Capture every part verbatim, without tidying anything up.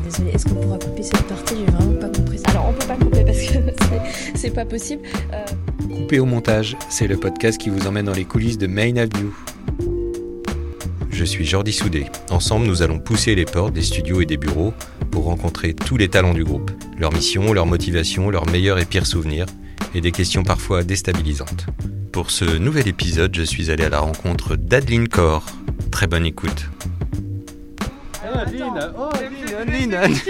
désolée, est-ce qu'on pourra couper cette partie? J'ai vraiment pas compris. Alors on peut pas couper parce que c'est, c'est pas possible. Euh... Coupé au montage, c'est le podcast qui vous emmène dans les coulisses de Main Avenue. Je suis Jordi Soudé. Ensemble, nous allons pousser les portes des studios et des bureaux pour rencontrer tous les talents du groupe, leur mission, leur motivation, leurs meilleurs et pires souvenirs, et des questions parfois déstabilisantes. Pour ce nouvel épisode, je suis allé à la rencontre d'Adeline Corr. Très bonne écoute. Ah, Adeline, oh Adeline, Adeline.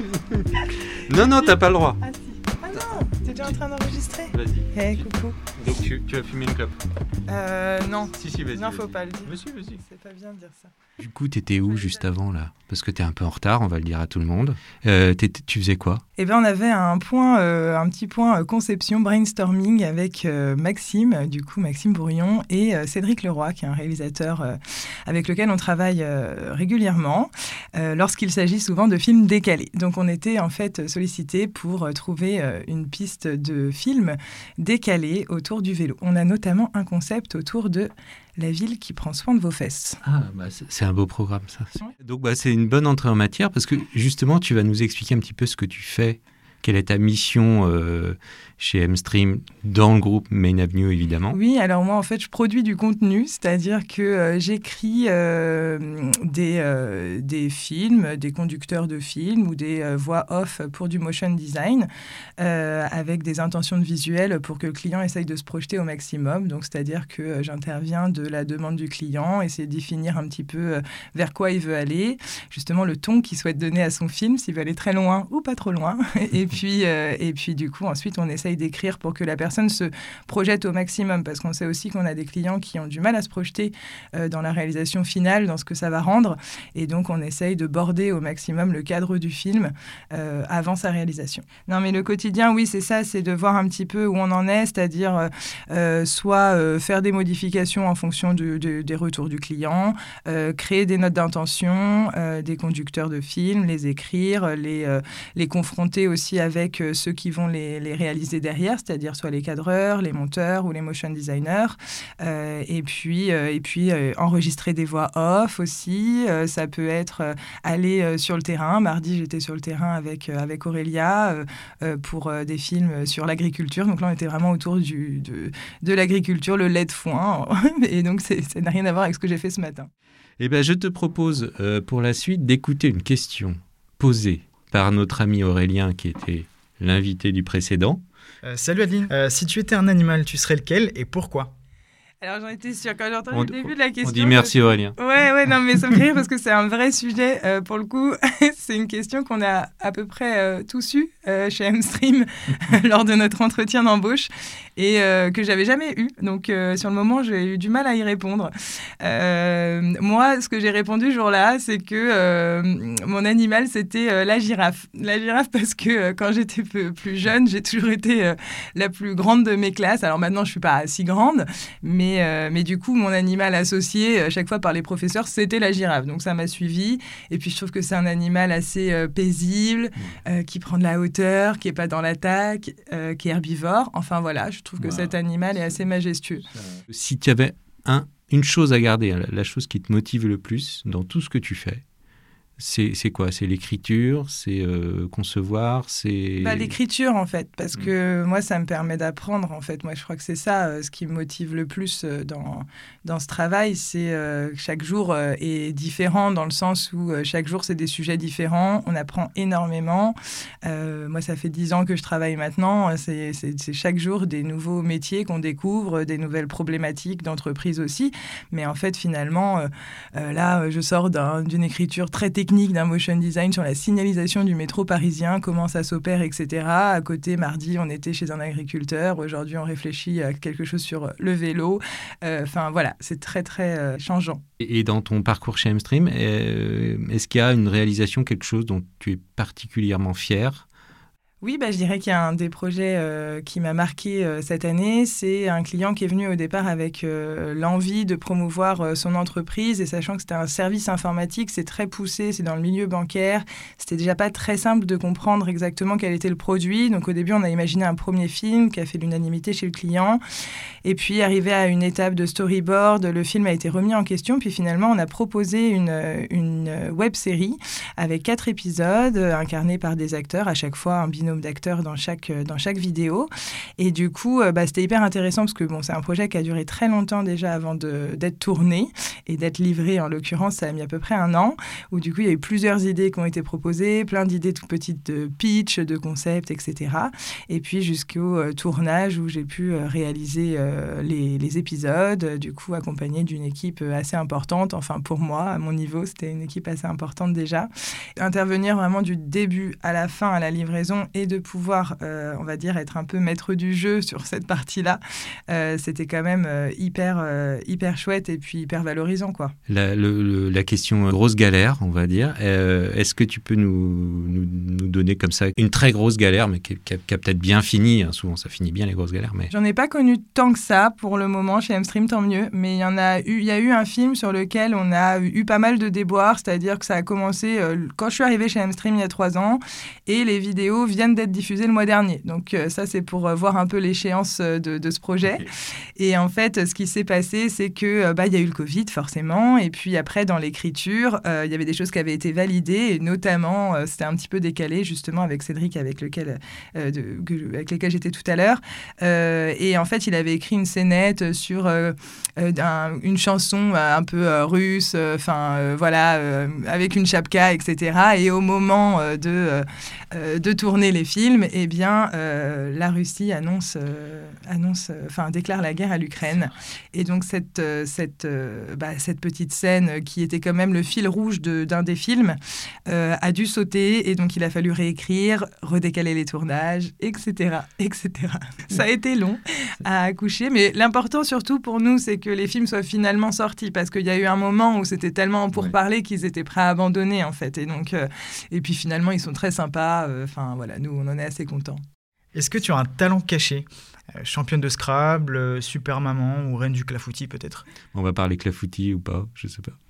Non, non, t'as pas le droit. Ah si. Ah non, t'es déjà en train d'enregistrer? Vas-y. Hey, coucou. Donc tu, tu as fumé une clope? Euh, non. Si, si, vas-y. Non, vas-y. faut pas le dire. Vas-y, vas-y. C'est pas bien de dire ça. Du coup, t'étais où juste avant, là? Parce que t'es un peu en retard, on va le dire à tout le monde. Euh, tu faisais quoi? Eh bien, on avait un point, euh, un petit point euh, conception, brainstorming avec euh, Maxime, du coup Maxime Bourillon, et euh, Cédric Leroy, qui est un réalisateur euh, avec lequel on travaille euh, régulièrement, euh, lorsqu'il s'agit souvent de films décalés. Donc, on était en fait sollicités pour euh, trouver euh, une piste de films décalés autour du vélo. On a notamment un concept autour de la ville qui prend soin de vos fesses. Ah, bah c'est un beau programme, ça. Donc, bah, c'est une bonne entrée en matière parce que, justement, tu vas nous expliquer un petit peu ce que tu fais. Quelle est ta mission euh, chez M-Stream dans le groupe Main Avenue, évidemment? Oui, alors moi, en fait, je produis du contenu, c'est-à-dire que euh, j'écris euh, des, euh, des films, des conducteurs de films ou des euh, voix off pour du motion design euh, avec des intentions de visuel pour que le client essaye de se projeter au maximum. Donc, c'est-à-dire que euh, j'interviens de la demande du client, essayer de définir un petit peu euh, vers quoi il veut aller, justement le ton qu'il souhaite donner à son film, s'il veut aller très loin ou pas trop loin. Et puis, euh, et puis, du coup, ensuite, on essaye d'écrire pour que la personne se projette au maximum, parce qu'on sait aussi qu'on a des clients qui ont du mal à se projeter euh, dans la réalisation finale, dans ce que ça va rendre. Et donc, on essaye de border au maximum le cadre du film euh, avant sa réalisation. Non, mais le quotidien, oui, c'est ça, c'est de voir un petit peu où on en est, c'est-à-dire euh, soit euh, faire des modifications en fonction de, de, des retours du client, euh, créer des notes d'intention, euh, des conducteurs de films, les écrire, les, euh, les confronter aussi avec euh, ceux qui vont les, les réaliser derrière, c'est-à-dire soit les cadreurs, les monteurs ou les motion designers. Euh, et puis, euh, et puis euh, enregistrer des voix off aussi. Euh, ça peut être euh, aller euh, sur le terrain. Mardi, j'étais sur le terrain avec, euh, avec Aurélia euh, euh, pour euh, des films sur l'agriculture. Donc là, on était vraiment autour du, de, de l'agriculture, le lait de foin. Et donc, c'est, ça n'a rien à voir avec ce que j'ai fait ce matin. Eh bien, je te propose euh, pour la suite d'écouter une question posée par notre ami Aurélien, qui était l'invité du précédent. Euh, salut Adeline, euh, si tu étais un animal, tu serais lequel et pourquoi? Alors j'en étais sûre, quand j'ai entendu on, le début de la question... On dit merci je... Aurélien. Ouais, ouais, non mais ça me fait rire parce que c'est un vrai sujet. Euh, pour le coup, c'est une question qu'on a à peu près euh, tous eue euh, chez M-Stream lors de notre entretien d'embauche et euh, que j'avais jamais eu. Donc euh, sur le moment, j'ai eu du mal à y répondre. Euh, moi, ce que j'ai répondu ce jour-là, c'est que euh, mon animal, c'était euh, la girafe. La girafe parce que euh, quand j'étais peu, plus jeune, j'ai toujours été euh, la plus grande de mes classes. Alors maintenant, je suis pas si grande, mais Mais, euh, mais du coup, mon animal associé, à chaque fois par les professeurs, c'était la girafe. Donc ça m'a suivie. Et puis je trouve que c'est un animal assez euh, paisible, euh, qui prend de la hauteur, qui n'est pas dans l'attaque, euh, qui est herbivore. Enfin voilà, je trouve que wow. cet animal est assez majestueux. Si tu avais un, une chose à garder, la, la chose qui te motive le plus dans tout ce que tu fais, C'est, c'est quoi? C'est l'écriture? C'est euh, concevoir? C'est... Bah, l'écriture, en fait, parce mmh. que moi, ça me permet d'apprendre, en fait. Moi, je crois que c'est ça, euh, ce qui me motive le plus euh, dans, dans ce travail. C'est euh, chaque jour euh, est différent, dans le sens où euh, chaque jour, c'est des sujets différents. On apprend énormément. Euh, moi, ça fait dix ans que je travaille maintenant. C'est, c'est, c'est chaque jour des nouveaux métiers qu'on découvre, des nouvelles problématiques d'entreprise aussi. Mais en fait, finalement, euh, euh, là, je sors d'un, d'une écriture très technique, d'un motion design sur la signalisation du métro parisien, comment ça s'opère, et cetera. À côté, mardi, on était chez un agriculteur. Aujourd'hui, on réfléchit à quelque chose sur le vélo. Enfin, euh, voilà, c'est très, très euh, changeant. Et dans ton parcours chez M-Stream, euh, est-ce qu'il y a une réalisation, quelque chose dont tu es particulièrement fier? Oui, bah, je dirais qu'il y a un des projets euh, qui m'a marqué euh, cette année. C'est un client qui est venu au départ avec euh, l'envie de promouvoir euh, son entreprise et sachant que c'était un service informatique, c'est très poussé, c'est dans le milieu bancaire. C'était déjà pas très simple de comprendre exactement quel était le produit. Donc au début, on a imaginé un premier film qui a fait l'unanimité chez le client. Et puis arrivé à une étape de storyboard, le film a été remis en question. Puis finalement, on a proposé une, une web-série avec quatre épisodes incarnés par des acteurs, à chaque fois un binôme d'acteurs dans chaque, dans chaque vidéo. Et du coup, bah, c'était hyper intéressant parce que bon, c'est un projet qui a duré très longtemps déjà avant de, d'être tourné et d'être livré. En l'occurrence, ça a mis à peu près un an où du coup, il y a eu plusieurs idées qui ont été proposées, plein d'idées tout petites de pitch, de concept, et cetera. Et puis jusqu'au euh, tournage où j'ai pu euh, réaliser euh, les, les épisodes, euh, du coup accompagné d'une équipe assez importante. Enfin, pour moi, à mon niveau, c'était une équipe assez importante déjà. Intervenir vraiment du début à la fin, à la livraison et de pouvoir, euh, on va dire, être un peu maître du jeu sur cette partie-là, euh, c'était quand même euh, hyper, euh, hyper chouette et puis hyper valorisant, quoi. La, le, le, la question grosse galère, on va dire, euh, est-ce que tu peux nous, nous, nous donner comme ça une très grosse galère, mais qui, qui, a, qui a peut-être bien fini, hein, souvent ça finit bien les grosses galères, mais... J'en ai pas connu tant que ça pour le moment chez Mstream, tant mieux, mais il y en a eu, il y a eu un film sur lequel on a eu pas mal de déboires, c'est-à-dire que ça a commencé euh, quand je suis arrivée chez Mstream il y a trois ans, et les vidéos viennent d'être diffusées le mois dernier. Donc euh, ça, c'est pour euh, voir un peu l'échéance de, de ce projet. Okay. Et en fait, ce qui s'est passé, c'est que euh, bah, y a eu le Covid, forcément, et puis après, dans l'écriture, il euh, y avait des choses qui avaient été validées, et notamment, euh, c'était un petit peu décalé, justement, avec Cédric, avec lequel, euh, de, que, avec lequel j'étais tout à l'heure. Euh, et en fait, il avait écrit une scénette sur euh, euh, un, une chanson euh, un peu euh, russe, enfin, euh, voilà, euh, avec une chapka, et cetera. Et au moment euh, de, euh, de tourner les films, eh bien, euh, la Russie annonce, euh, annonce, enfin, euh, déclare la guerre à l'Ukraine. Et donc, cette, euh, cette, euh, bah, cette petite scène qui était quand même le fil rouge de, d'un des films euh, a dû sauter. Et donc, il a fallu réécrire, redécaler les tournages, et cetera, et cetera. Ça a été long à accoucher. Mais l'important, surtout pour nous, c'est que les films soient finalement sortis. Parce qu'il y a eu un moment où c'était tellement pour ouais. parler qu'ils étaient prêts à abandonner, en fait. Et donc, euh, et puis finalement, ils sont très sympas. Enfin, euh, voilà, nous, on en est assez contents. Est-ce que tu as un talent caché ? euh, Championne de Scrabble, euh, super maman ou reine du clafoutis peut-être ? On va parler clafoutis ou pas, je sais pas.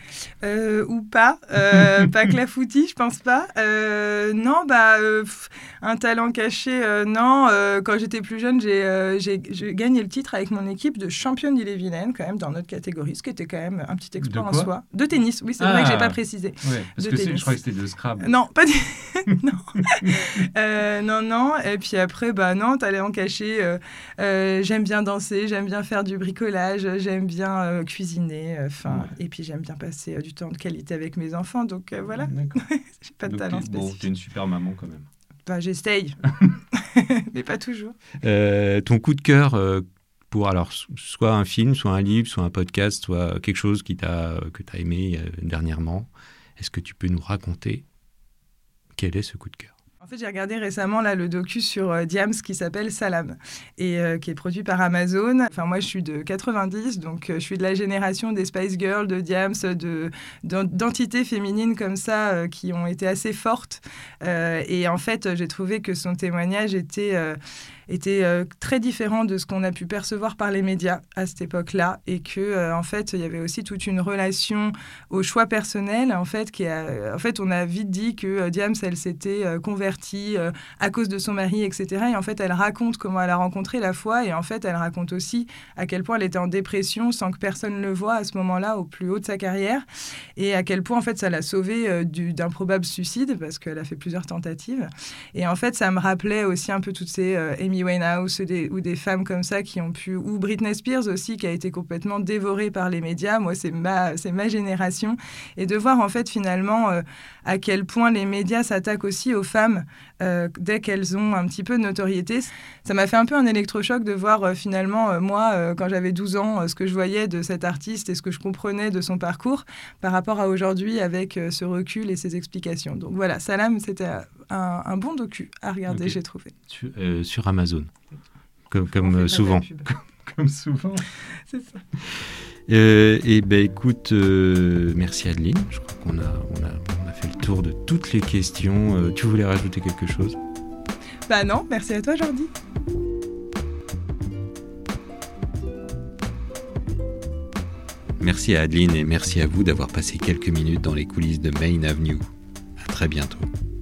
Euh, ou pas, euh, pas clafoutis, je pense pas. Euh, non, bah, euh, pff, un talent caché, euh, non. Euh, quand j'étais plus jeune, j'ai, euh, j'ai, j'ai gagné le titre avec mon équipe de championne d'Ille-et-Vilaine, quand même, dans notre catégorie, ce qui était quand même un petit exploit en soi. De tennis, oui, c'est ah, vrai que j'ai pas précisé. Ouais, parce de que tennis. C'est, je crois que c'était de Scrabble. Non, pas du... non. euh, non, non. Et puis après, bah non, talent caché. Euh, euh, j'aime bien danser, j'aime bien faire du bricolage, j'aime bien euh, cuisiner. Enfin, ouais. Et puis j'aime bien passer du temps de qualité avec mes enfants, donc euh, voilà. J'ai pas de donc, talent spécifique. Bon, t'es une super maman quand même. Bah, j'essaye, mais pas toujours. Euh, ton coup de cœur euh, pour alors soit un film, soit un livre, soit un podcast, soit quelque chose qui t'a que t'as aimé euh, dernièrement. Est-ce que tu peux nous raconter quel est ce coup de cœur ? En fait, j'ai regardé récemment là, le docu sur euh, Diams qui s'appelle Salam et euh, qui est produit par Amazon. Enfin, moi, je suis de quatre-vingt-dix, donc euh, je suis de la génération des Spice Girls, de Diams, de, d'entités féminines comme ça euh, qui ont été assez fortes. Euh, et en fait, j'ai trouvé que son témoignage était... Euh, était euh, très différent de ce qu'on a pu percevoir par les médias à cette époque-là et que euh, en fait il y avait aussi toute une relation au choix personnel en fait qui a, en fait on a vite dit que euh, Diams elle s'était euh, convertie euh, à cause de son mari etc et en fait elle raconte comment elle a rencontré la foi et en fait elle raconte aussi à quel point elle était en dépression sans que personne le voie à ce moment-là au plus haut de sa carrière et à quel point en fait ça l'a sauvée euh, du, d'un probable suicide parce qu'elle a fait plusieurs tentatives et en fait ça me rappelait aussi un peu toutes ces euh, Amy Winehouse des, ou des femmes comme ça qui ont pu... Ou Britney Spears aussi, qui a été complètement dévorée par les médias. Moi, c'est ma, c'est ma génération. Et de voir, en fait, finalement, euh, à quel point les médias s'attaquent aussi aux femmes euh, dès qu'elles ont un petit peu de notoriété. Ça m'a fait un peu un électrochoc de voir, euh, finalement, euh, moi, euh, quand j'avais douze ans, euh, ce que je voyais de cet artiste et ce que je comprenais de son parcours par rapport à aujourd'hui avec euh, ce recul et ces explications. Donc voilà, Salam, c'était un, un bon docu à regarder, okay. J'ai trouvé. Sur, euh, sur Amazon. Comme, comme euh, souvent. Comme souvent. C'est ça. Euh, et ben écoute, euh, merci Adeline. Je crois qu'on a, on a, on a fait le tour de toutes les questions. Euh, tu voulais rajouter quelque chose ? Bah non, merci à toi Jordi. Merci à Adeline et merci à vous d'avoir passé quelques minutes dans les coulisses de Main Avenue. À très bientôt.